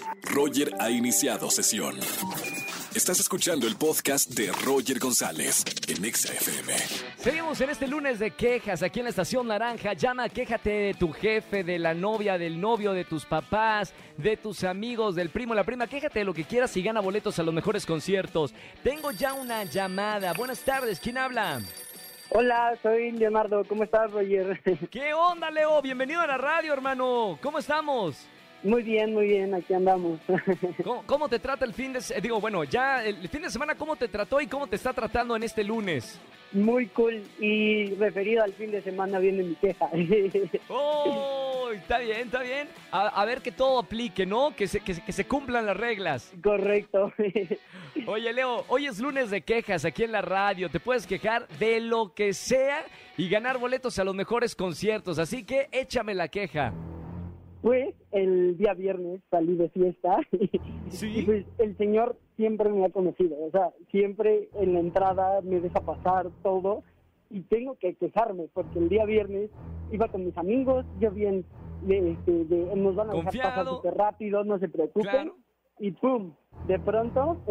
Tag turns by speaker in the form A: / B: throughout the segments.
A: Roger ha iniciado sesión. Estás escuchando el podcast de Roger González en Exa FM.
B: Seguimos en este lunes de quejas aquí en la Estación Naranja. Llama, quéjate de tu jefe, de la novia, del novio, de tus papás, de tus amigos, del primo, la prima. Quéjate de lo que quieras y gana boletos a los mejores conciertos. Tengo ya una llamada. Buenas tardes, ¿quién habla?
C: Hola, soy Leonardo. ¿Cómo estás, Roger?
B: ¿Qué onda, Leo? Bienvenido a la radio, hermano. ¿Cómo estamos?
C: Muy bien, aquí andamos.
B: ¿Cómo te trata el fin de semana? Ya el fin de semana, ¿cómo te trató y cómo te está tratando en este lunes?
C: Muy cool. Y referido al fin de semana viene mi queja.
B: ¡Oh! Está bien. A ver que todo aplique, ¿no? Que se cumplan las reglas.
C: Correcto.
B: Oye, Leo, hoy es lunes de quejas aquí en la radio. Te puedes quejar de lo que sea y ganar boletos a los mejores conciertos. Así que échame la queja.
C: Pues el día viernes salí de fiesta
B: ¿Sí?
C: y pues el señor siempre me ha conocido, o sea, siempre en la entrada me deja pasar todo y tengo que quejarme porque el día viernes iba con mis amigos, yo bien, nos van a dejar pasar súper rápido, no se preocupen,
B: claro.
C: Y pum, de pronto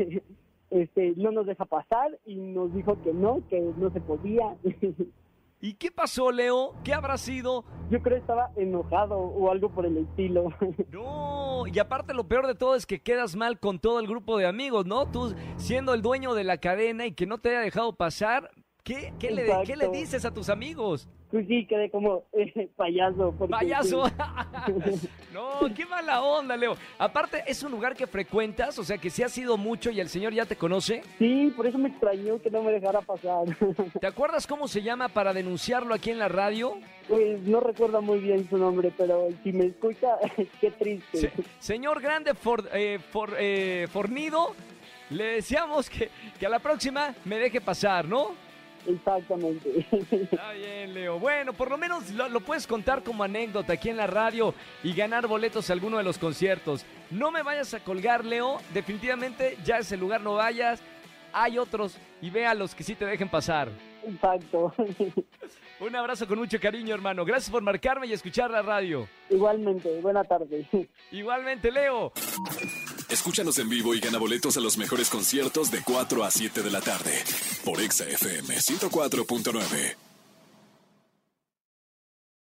C: no nos deja pasar y nos dijo que no se podía.
B: ¿Y qué pasó, Leo? ¿Qué habrá sido?
C: Yo creo que estaba enojado o algo por el estilo.
B: No, y aparte lo peor de todo es que quedas mal con todo el grupo de amigos, ¿no? Tú siendo el dueño de la cadena y que no te haya dejado pasar, ¿qué le dices a tus amigos?
C: Pues sí, quedé como payaso.
B: ¡Payaso!
C: Sí.
B: No, qué mala onda, Leo. Aparte, ¿es un lugar que frecuentas? O sea, que sí has ido mucho y el señor ya te conoce.
C: Sí, por eso me extrañó que no me dejara pasar.
B: ¿Te acuerdas cómo se llama para denunciarlo aquí en la radio?
C: Pues no recuerdo muy bien su nombre, pero si me escucha, qué triste.
B: Señor Grande Fornido, le deseamos que a la próxima me deje pasar, ¿no?
C: Exactamente.
B: Está bien, Leo. Bueno, por lo menos lo puedes contar como anécdota aquí en la radio y ganar boletos a alguno de los conciertos. No me vayas a colgar, Leo. Definitivamente ya a ese lugar no vayas. Hay otros y ve a los que sí te dejen pasar.
C: Exacto.
B: Un abrazo con mucho cariño, hermano. Gracias por marcarme y escuchar la radio.
C: Igualmente, buena tarde.
B: Igualmente, Leo.
A: Escúchanos en vivo y gana boletos a los mejores conciertos de 4 a 7 de la tarde por Exa FM 104.9.